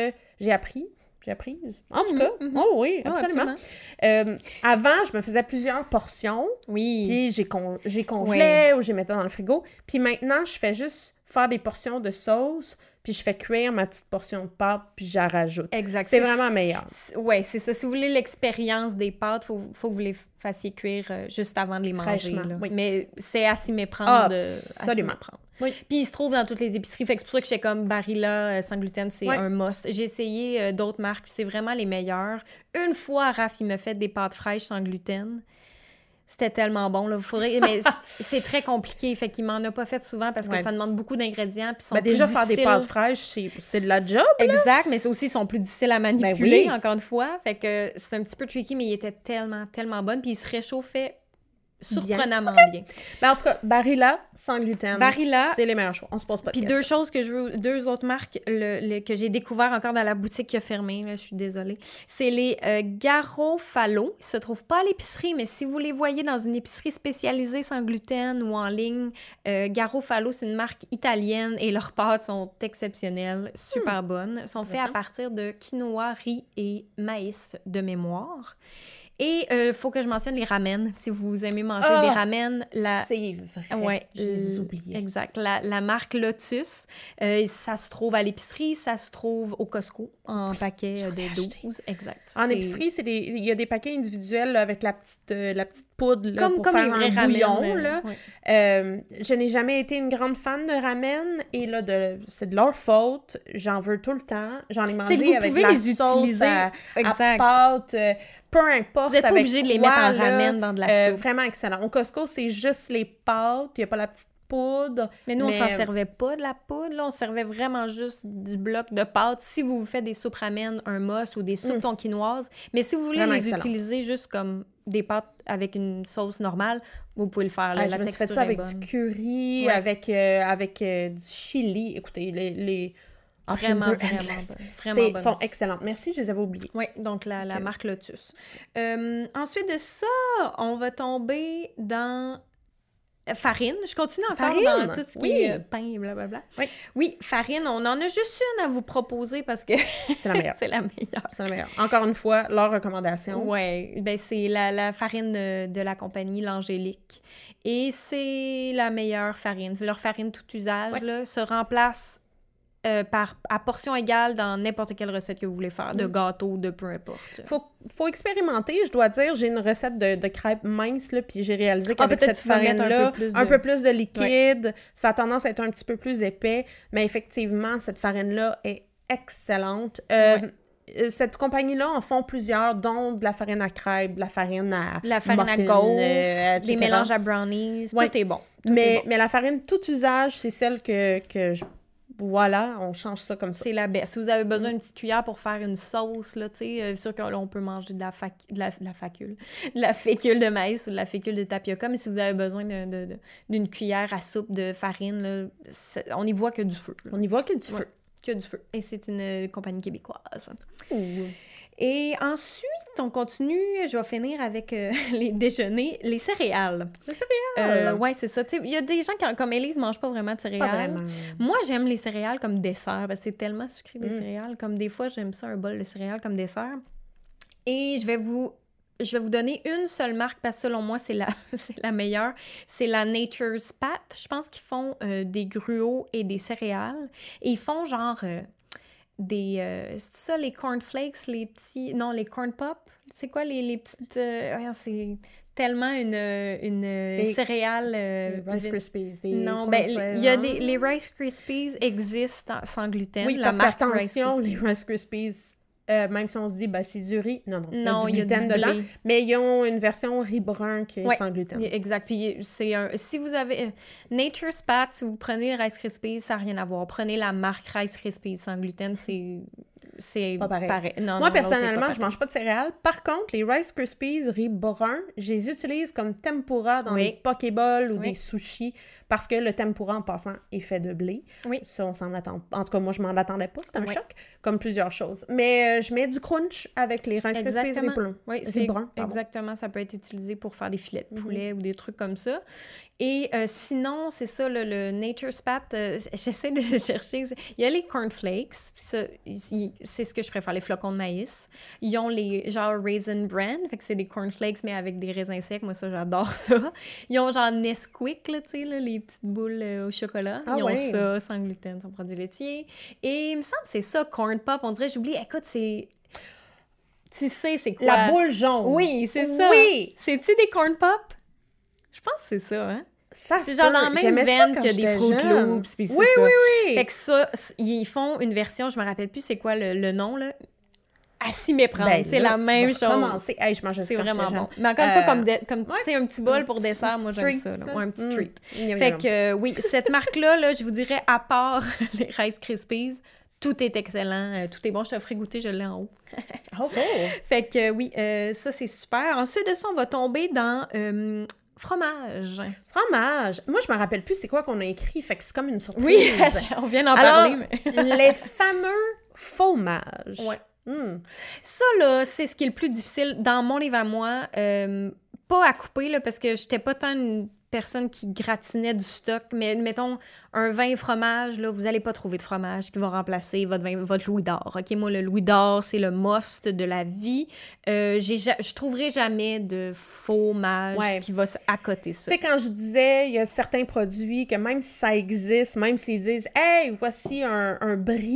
En tout cas, oh oui, absolument. Avant, je me faisais plusieurs portions. Oui. Puis j'ai congelé ou j'ai mettais dans le frigo. Puis maintenant, je fais juste faire des portions de sauce puis je fais cuire ma petite portion de pâte, puis j'en rajoute. Exact. C'est vraiment meilleur. Oui, c'est ça. Si vous voulez l'expérience des pâtes, faut que vous les fassiez cuire juste avant de les manger. Là. Oui. Mais c'est à s'y méprendre. Absolument. Oui. Puis il se trouve dans toutes les épiceries. Fait que c'est pour ça que j'étais comme Barilla sans gluten, c'est un must. J'ai essayé d'autres marques, puis c'est vraiment les meilleures. Une fois, Raph, il m'a fait des pâtes fraîches sans gluten. C'était tellement bon, là. Mais c'est très compliqué. Fait qu'il m'en a pas fait souvent parce que ça demande beaucoup d'ingrédients. Puis sont plus déjà, difficiles. faire des pâtes fraîches, c'est de la job, là. Exact, mais aussi, ils sont plus difficiles à manipuler, encore une fois. Fait que c'est un petit peu tricky, mais il était tellement, tellement bon. Puis il se réchauffait surprenamment bien. Ben, en tout cas, Barilla, sans gluten, Barilla, c'est les meilleurs choix. On se pose pas de questions. Puis deux autres marques que j'ai découvert encore dans la boutique qui a fermé, là, je suis désolée, c'est les Garofalo. Ils se trouvent pas à l'épicerie, mais si vous les voyez dans une épicerie spécialisée sans gluten ou en ligne, Garofalo, c'est une marque italienne et leurs pâtes sont exceptionnelles, super bonnes. Elles sont faites à partir de quinoa, riz et maïs de mémoire. Et il faut que je mentionne les ramen. Si vous aimez manger des ramen... C'est vrai, j'ai oublié. Exact. La marque Lotus, ça se trouve à l'épicerie, ça se trouve au Costco en paquet de 12. Exact. En épicerie, il y a des paquets individuels là, avec la petite poudre là, pour comme faire les un bouillon. Là. Je n'ai jamais été une grande fan de ramen et là, c'est de leur faute. J'en veux tout le temps. J'en ai mangé avec la sauce à pâte... peu importe. Vous n'êtes pas obligé de les mettre en ramen dans de la soupe. Vraiment excellent. Au Costco, c'est juste les pâtes. Il n'y a pas la petite poudre. Mais nous, on s'en servait pas de la poudre. Là, on servait vraiment juste du bloc de pâte. Si vous faites des soupes ramen, un mousse ou des soupes tonkinoises, mais si vous voulez vraiment les utiliser juste comme des pâtes avec une sauce normale, vous pouvez le faire. Là, je me suis fait ça avec du curry, avec du chili. Écoutez, les Vraiment bonnes. Sont excellentes. Merci, je les avais oubliées. Oui, donc la marque Lotus. Ensuite de ça, on va tomber dans farine. Je continue encore dans tout ce qui est pain, blablabla. Oui, farine. On en a juste une à vous proposer parce que c'est la meilleure. C'est la meilleure. C'est la meilleure. Encore une fois, leur recommandation. Oui, ben c'est la farine de la compagnie L'Angélique. Et c'est la meilleure farine. Leur farine tout usage là, se remplace à portion égale dans n'importe quelle recette que vous voulez faire, de gâteau, de peu importe. Faut expérimenter, je dois dire. J'ai une recette de crêpes minces, là, puis j'ai réalisé qu'avec cette farine-là, un peu plus de liquide, ça a tendance à être un petit peu plus épais, mais effectivement, cette farine-là est excellente. Cette compagnie-là en font plusieurs, dont de la farine à crêpes, de la farine à gaufres, des mélanges à brownies, tout est bon. Mais la farine tout usage, c'est celle que voilà, on change ça comme ça. C'est la baisse. Si vous avez besoin d'une petite cuillère pour faire une sauce, là, tu sais, sûr que là, on peut manger de la fécule de maïs ou de la fécule de tapioca, mais si vous avez besoin d'une cuillère à soupe de farine, là, on y voit que du feu. Là. On y voit que du feu. Que du feu. Et c'est une compagnie québécoise. Ouh. Et ensuite, on continue, je vais finir avec les déjeuners, les céréales. Les céréales? Oui, c'est ça. Il y a des gens qui, comme Élise, ne mangent pas vraiment de céréales. Pas vraiment. Moi, j'aime les céréales comme dessert, parce que c'est tellement sucré des céréales. Comme des fois, j'aime ça, un bol de céréales comme dessert. Et je vais vous donner une seule marque, parce que selon moi, c'est la meilleure. C'est la Nature's Pat. Je pense qu'ils font des gruaux et des céréales. Et ils font genre... c'est ça, les cornflakes, les petits... Non, les corn pop. C'est quoi les petites... c'est tellement une céréale... les Rice Krispies. Non, ben, il y a les Rice Krispies existent sans gluten. Oui, parce qu'attention, les Rice Krispies... même si on se dit, c'est du riz. Non, il y a du gluten dedans. Mais ils ont une version riz brun qui est sans gluten. Exact. Puis si vous avez Nature's Pat, si vous prenez les Rice Krispies, ça n'a rien à voir. Prenez la marque Rice Krispies sans gluten, c'est pas pareil. Moi, personnellement, je mange pas de céréales. Par contre, les Rice Krispies riz brun, je les utilise comme tempura dans des pokéballs ou des sushis parce que le tempura, en passant, est fait de blé. Oui. Ça, on s'en attend. En tout cas, moi, je m'en attendais pas. C'était un choc, comme plusieurs choses. Mais je mets du crunch avec les Rice Krispies riz brun. Oui, c'est brun. Exactement. Ça peut être utilisé pour faire des filets de poulet ou des trucs comme ça. Et sinon, c'est ça, le Nature's Pat, j'essaie de chercher. Il y a les cornflakes. Puis ça, il c'est ce que je préfère, les flocons de maïs. Ils ont les, genre, Raisin Bran, fait que c'est des cornflakes, mais avec des raisins secs. Moi, ça, j'adore ça. Ils ont, genre, Nesquik, là, tu sais, là, les petites boules au chocolat. Ils ont ça, sans gluten, sans produits laitiers. Et il me semble que c'est ça, Corn Pop. On dirait, j'oublie, écoute, c'est... Tu sais, c'est quoi? La boule jaune. Oui, c'est ça. Oui! C'est-tu des Corn Pop? Je pense que c'est ça, hein? Ça, c'est genre dans la même veine que des Fruit Loops, puis c'est ça. Oui. Fait que ça, ils font une version, je me rappelle plus c'est quoi le nom, là. À s'y méprendre, c'est la même chose. Hey, je mange c'est vraiment bon. Mais encore une fois, comme tu sais, un petit bol pour dessert, moi j'aime ça. Là. Ouais, un petit treat. Fait que oui, cette marque-là, là, je vous dirais, à part les Rice Krispies, tout est excellent, tout est bon. Je te ferai goûter, je l'ai en haut. Fait que oui, ça c'est super. Ensuite de ça, on va tomber dans... fromage. Moi, je me rappelle plus c'est quoi qu'on a écrit, fait que c'est comme une surprise. Oui, on vient d'en parler. Mais... les fameux fromages. Ouais. Ça, là, c'est ce qui est le plus difficile dans mon livre à moi. Pas à couper, là, parce que j'étais pas tant une personne qui gratinait du stock, mais mettons, un vin fromage, là, vous allez pas trouver de fromage qui va remplacer votre Louis d'Or. OK, moi, le Louis d'Or, c'est le must de la vie. Je trouverai jamais de fromage qui va accoter ça. Tu sais, quand je disais, il y a certains produits que même si ça existe, même s'ils disent « Hey, voici un brie »,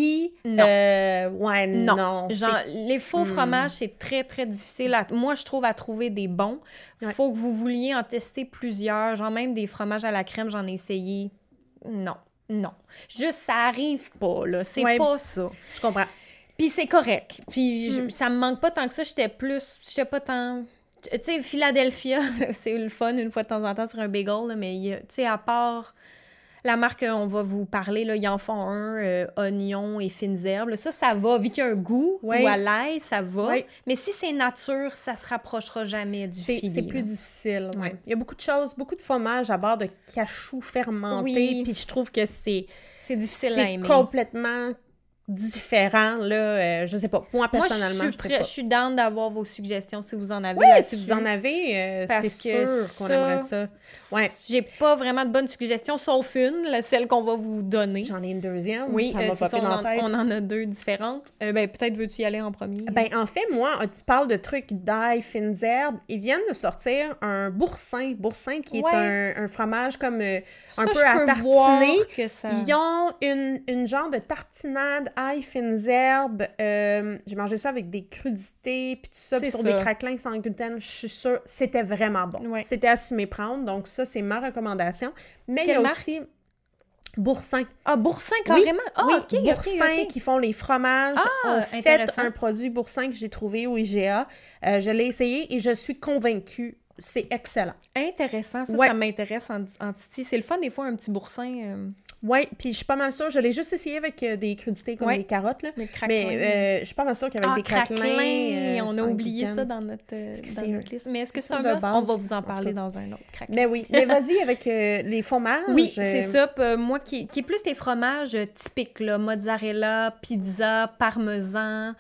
non. Genre, les faux fromages, c'est très, très difficile. Moi, je trouve à trouver des bons. Faut que vous vouliez en tester plusieurs. Genre, même des fromages à la crème, j'en ai essayé. Non. Juste, ça arrive pas, là. C'est pas ça. Je comprends. Puis c'est correct. Puis ça me manque pas tant que ça. J'étais pas tant... Tu sais, Philadelphia, c'est le fun une fois de temps en temps sur un bagel, là, mais tu sais, à part... La marque on va vous parler, là, ils en font un, oignons et fines herbes. Là, ça va, vu qu'il y a un goût ou à l'ail, ça va. Oui. Mais si c'est nature, ça se rapprochera jamais du filet. C'est plus difficile. Ouais. Il y a beaucoup de choses, beaucoup de fromage à base de cachou fermenté. Puis je trouve que c'est difficile à aimer. C'est complètement différent, là. Je sais pas. Moi, personnellement, je suis down d'avoir vos suggestions si vous en avez. Oui, si vous en avez, c'est sûr qu'on aimerait ça. Ouais. J'ai pas vraiment de bonnes suggestions, sauf celle qu'on va vous donner. J'en ai une deuxième. Oui, ça m'a popé dans la tête. On en a deux différentes. Peut-être veux-tu y aller en premier? En fait, moi, tu parles de trucs d'ail, fines herbes. Ils viennent de sortir un boursin. Boursin qui est un fromage comme un peu à tartiner. Ils ont une genre de tartinade ail, fines herbes. J'ai mangé ça avec des crudités, puis tout ça, puis sur des craquelins sans gluten. Je suis sûre, c'était vraiment bon. Ouais. C'était à s'y méprendre, donc ça, c'est ma recommandation. Mais il y a aussi Boursin. Ah, Boursin, carrément? Oui, Boursin qui font les fromages. ont fait un produit Boursin que j'ai trouvé au IGA. Je l'ai essayé et je suis convaincue. C'est excellent. Intéressant. Ça m'intéresse en titi. C'est le fun, des fois, un petit Boursin... Oui, puis je suis pas mal sûre, je l'ai juste essayé avec des crudités comme des carottes, là. Mais je suis pas mal sûre qu'avec des craquelins... on a oublié ça dans notre liste. Mais est-ce que c'est un must? On va vous en parler dans un autre craquelin. Mais oui, mais vas-y avec les fromages. Oui, c'est ça. Moi, qui est plus des fromages typiques, là, mozzarella, pizza, parmesan...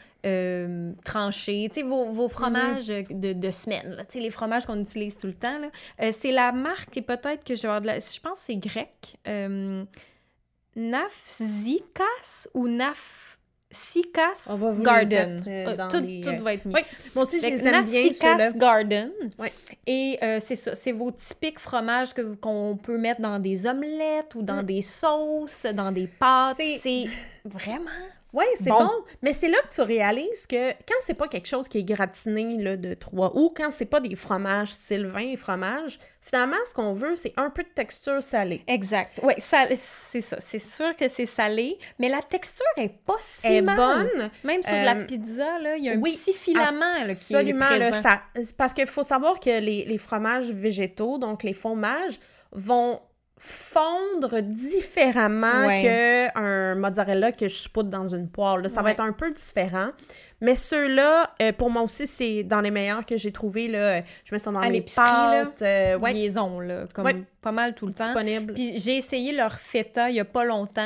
tranchés, tu sais, vos fromages de semaine, là, tu sais, les fromages qu'on utilise tout le temps, là. C'est la marque, et peut-être que je vais avoir je pense que c'est grec, Nafzikas ou Nafsikas Garden. Tout va être mis. Oui, moi aussi, je les aime bien, Nafsikas Garden. Oui. Et c'est ça, c'est vos typiques fromages qu'on peut mettre dans des omelettes ou dans des sauces, dans des pâtes. C'est vraiment... Oui, c'est bon. Mais c'est là que tu réalises que quand c'est pas quelque chose qui est gratiné là, de 3 ou quand c'est pas des fromages style vin et fromage, finalement, ce qu'on veut, c'est un peu de texture salée. Exact. Oui, c'est ça. C'est sûr que c'est salé, mais la texture est pas si mal. Bonne. Même sur de la pizza, là, il y a un petit filament là, qui est présent. Parce qu'il faut savoir que les fromages végétaux, donc les fromages, vont fondre différemment qu'un mozzarella que je spoute dans une poêle. Là. Ça va être un peu différent. Mais ceux-là, pour moi aussi, c'est dans les meilleurs que j'ai trouvés. Là. Je mets ça dans les pâtes. Liaison, là, comme pas mal tout le temps. Disponible. Puis j'ai essayé leur feta il y a pas longtemps.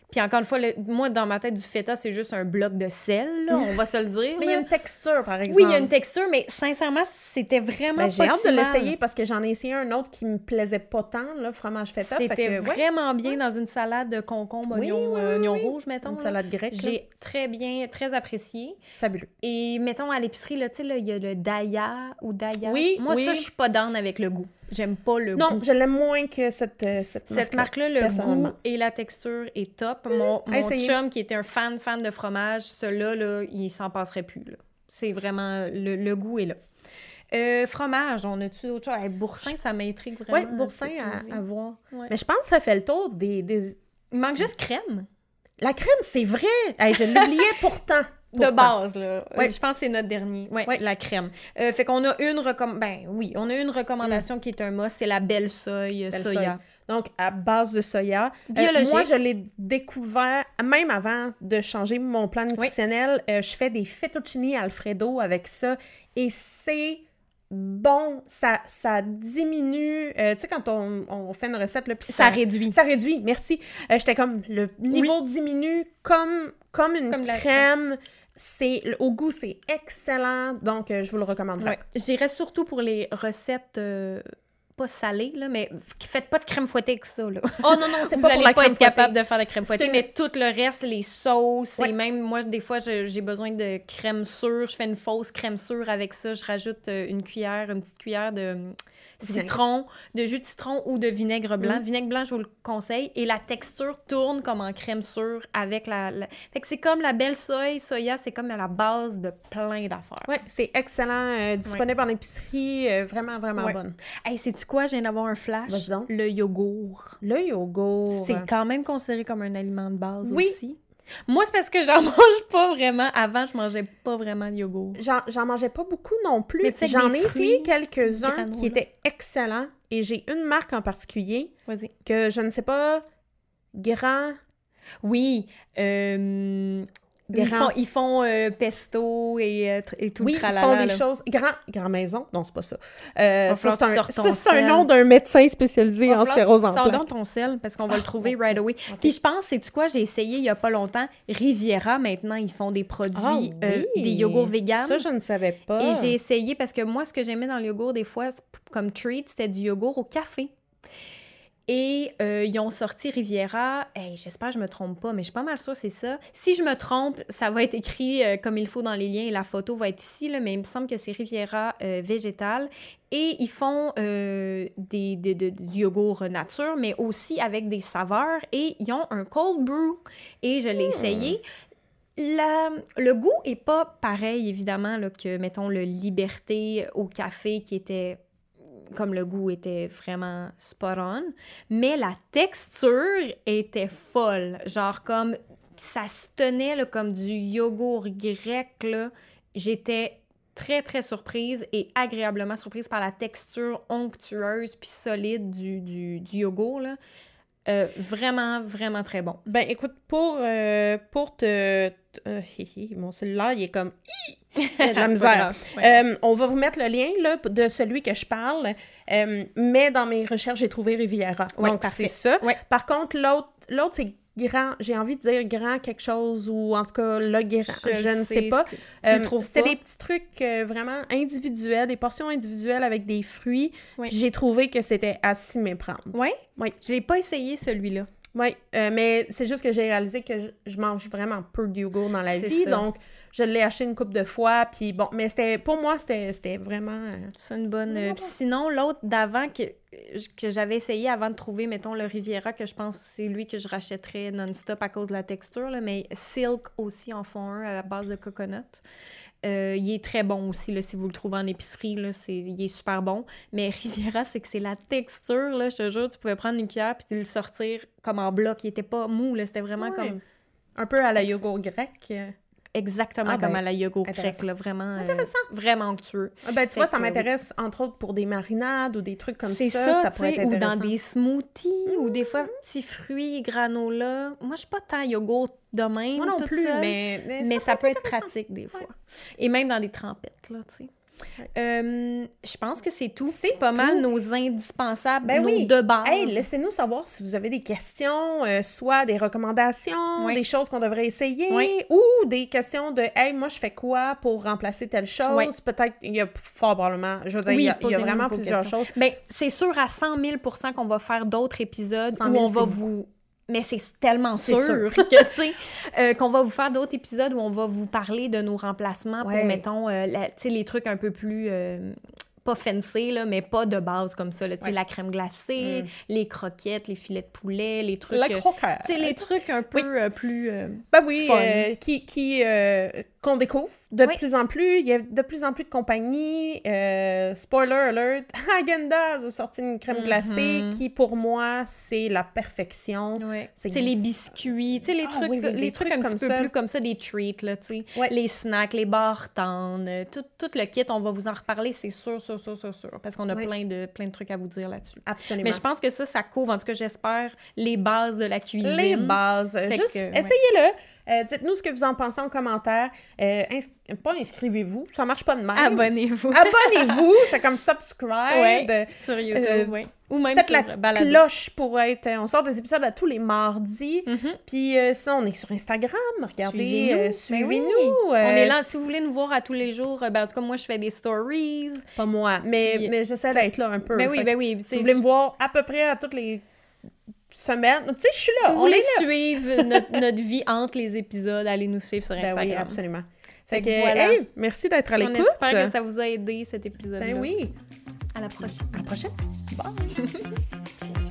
Puis encore une fois, moi, dans ma tête, du feta, c'est juste un bloc de sel, là, on va se le dire. Mais il y a une texture, par exemple. Oui, il y a une texture, mais sincèrement, c'était vraiment j'ai hâte de mal. l'essayer parce que j'en ai essayé un autre qui me plaisait pas tant, là, fromage feta. C'était vraiment bien dans une salade de concombre, oignon rouge, mettons. Une salade grecque. J'ai très apprécié. Fabuleux. Et mettons, à l'épicerie, là, tu sais, il y a le Daya ou Daya. Oui, moi, ça, je suis pas down avec le goût. J'aime pas le goût. Non, je l'aime moins que cette marque-là, le goût et la texture est top. Mon chum, qui était un fan de fromage, celui-là, là, il s'en passerait plus. Là. C'est vraiment... Le goût est là. Fromage, on a-tu d'autres choses? Boursin, ça m'intrigue vraiment. Oui, boursin à voir. Ouais. Mais je pense que ça fait le tour des... Il manque juste crème. La crème, c'est vrai! Je l'oubliais pourtant. De base, là. Je pense que c'est notre dernier. Oui, la crème. Fait qu'on a une recommandation qui est un must, c'est la belle soya. Donc, à base de soya. Biologique. Moi, je l'ai découvert, même avant de changer mon plan nutritionnel, je fais des fettuccini Alfredo avec ça. Et c'est bon, ça diminue. Tu sais, quand on fait une recette, là, puis ça réduit. Ça réduit, merci. J'étais comme, le niveau diminue comme une crème. Au goût, c'est excellent, donc je vous le recommande. Je dirais surtout pour les recettes pas salées, là, mais faites pas de crème fouettée avec ça. Là. Oh non, c'est pas pour la crème fouettée. Vous n'allez pas être capable de faire de crème fouettée, mais tout le reste, les sauces, et même, moi, des fois, j'ai besoin de crème sûre, je fais une fausse crème sûre avec ça, je rajoute une petite cuillère de citron, de jus de citron ou de vinaigre blanc. Vinaigre blanc, je vous le conseille. Et la texture tourne comme en crème sûre avec Fait que c'est comme la belle soya, c'est comme à la base de plein d'affaires. Oui, c'est excellent. Disponible en épicerie. Vraiment, vraiment bonne. Hey, sais-tu quoi? Je viens d'avoir un flash. Vas-y donc. Le yogourt. Le yogourt. C'est quand même considéré comme un aliment de base aussi. Moi, c'est parce que j'en mange pas vraiment. Avant, je mangeais pas vraiment de yogourt. J'en mangeais pas beaucoup non plus. J'en ai essayé quelques-uns qui étaient excellents. Et j'ai une marque en particulier que je ne sais pas, Grand... Oui, ils font pesto et tout le tralala. Oui, ils font des choses... Grand Maison? Non, c'est pas ça. C'est un nom d'un médecin spécialisé en sclérose en plaques. Sors donc ton sel, parce qu'on va le trouver right away. Okay. Puis je pense, sais-tu quoi, j'ai essayé il y a pas longtemps, Riviera, maintenant, ils font des produits, des yogourts véganes. Ça, je ne savais pas. Et j'ai essayé, parce que moi, ce que j'aimais dans le yogourt, des fois, comme treat, c'était du yogourt au café. Et ils ont sorti Riviera. J'espère que je me trompe pas, mais je suis pas mal sûre c'est ça. Si je me trompe, ça va être écrit comme il faut dans les liens et la photo va être ici, là, mais il me semble que c'est Riviera végétal. Et ils font du yogourt nature, mais aussi avec des saveurs. Et ils ont un cold brew. Et je l'ai essayé. Le goût est pas pareil, évidemment, là, que, mettons, le Liberté au café qui était... comme le goût était vraiment spot on, mais la texture était folle. Genre comme, ça se tenait là, comme du yogourt grec, là. J'étais très, très surprise et agréablement surprise par la texture onctueuse puis solide du yogourt, là. Vraiment, vraiment très bon. Ben, écoute, pour mon cellulaire, il est comme... Il y a de la misère. On va vous mettre le lien là, de celui que je parle, mais dans mes recherches, j'ai trouvé Riviera. Donc, c'est ça. Ouais. Par contre, l'autre, c'est Grand, j'ai envie de dire Grand quelque chose, ou en tout cas, le Grand, je ne sais pas. C'était des petits trucs vraiment individuels, des portions individuelles avec des fruits. Oui. Puis j'ai trouvé que c'était à s'y méprendre. Oui? Oui. Je l'ai pas essayé, celui-là. Oui, mais c'est juste que j'ai réalisé que je mange vraiment peu de yogourt dans la vie, donc je l'ai acheté une couple de fois, puis bon, mais pour moi, c'était vraiment... C'est une bonne... Puis sinon, l'autre d'avant que j'avais essayé avant de trouver, mettons, le Riviera, que je pense que c'est lui que je rachèterais non-stop à cause de la texture, là, mais Silk aussi en font un à la base de coconut. Il est très bon aussi, là, si vous le trouvez en épicerie, là, il est super bon. Mais Riviera, c'est que c'est la texture, là, je te jure, tu pouvais prendre une cuillère puis le sortir comme en bloc. Il était pas mou, là, c'était vraiment comme... Un peu à la yogourt grec. Exactement comme à la yogourt grec, là, vraiment, vraiment onctueux. Ben, tu vois, ça m'intéresse, entre autres, pour des marinades ou des trucs comme ça. Ça pourrait être intéressant. Ou dans des smoothies, ou des fois, petits fruits, granola. Moi, je suis pas tant yogourt de même, moi non tout plus, ça, mais ça peut être pratique des fois. Et même dans des trempettes, là, tu sais. Je pense que c'est tout. C'est pas tout. mal nos indispensables, Ben nos oui. de base. Hey, laissez-nous savoir si vous avez des questions, soit des recommandations, Oui. des choses qu'on devrait essayer, Oui. ou des questions de « Hey, moi, je fais quoi pour remplacer telle chose? Oui. Peut-être, il y a fort probablement, je veux dire, Oui, il y a posez-nous vraiment vos plusieurs questions. choses. Ben, c'est sûr à 100 000 % qu'on va faire d'autres épisodes 100 où 000, on va c'est vous... Mais c'est tellement C'est sûr que, tu sais, qu'on va vous faire d'autres épisodes où on va vous parler de nos remplacements Ouais. pour, mettons, tu sais, les trucs un peu plus... pas fancy, là, mais pas de base comme ça. Tu sais, Ouais. la crème glacée, les croquettes, les filets de poulet, les trucs... La croquette. Tu sais, les trucs un peu plus... Ben oui, fun. qu'on découvre de Oui. plus en plus. Il y a de plus en plus de compagnies. Spoiler alert, Häagen-Dazs a sorti une crème glacée qui, pour moi, c'est la perfection. Ouais. C'est Tu sais, les biscuits, tu sais, les Ah, trucs, oui, oui, les des trucs trucs un comme petit peu ça. plus comme ça, des treats, là, tu sais. Ouais. Les snacks, les barres tendres, tout le kit, on va vous en reparler, c'est sûr, parce qu'on a Oui. plein de trucs à vous dire là-dessus. Absolument. Mais je pense que ça couvre, en tout cas, j'espère, les bases de la cuisine. Les bases. Juste, que, ouais. essayez-le. Dites-nous ce que vous en pensez en commentaire. Pas inscrivez-vous, ça marche pas de même. Abonnez-vous. Abonnez-vous, c'est comme subscribe. Ouais, sur YouTube, ouais. Ou même Faites sur la petite Balado. cloche pour être... on sort des épisodes à tous les mardis. Puis ça, on est sur Instagram. Regardez, suivez-nous. Ben oui. On est là. Si vous voulez nous voir à tous les jours, ben, en tout cas, moi, je fais des stories. Pas moi, mais, Puis- mais j'essaie d'être là un peu. Ben oui, Fait ben que oui. Si vous voulez me voir à peu près à toutes les semaines, tu sais, je suis là. Si vous on voulez est là. suivre notre vie entre les épisodes, allez nous suivre sur Ben Instagram. oui, absolument. Fait Fait que, que voilà. hey, merci d'être à On l'écoute. espère que ça vous a aidé, cet épisode-là. Ben oui. À la prochaine. À la prochaine. Bye. Ciao, ciao.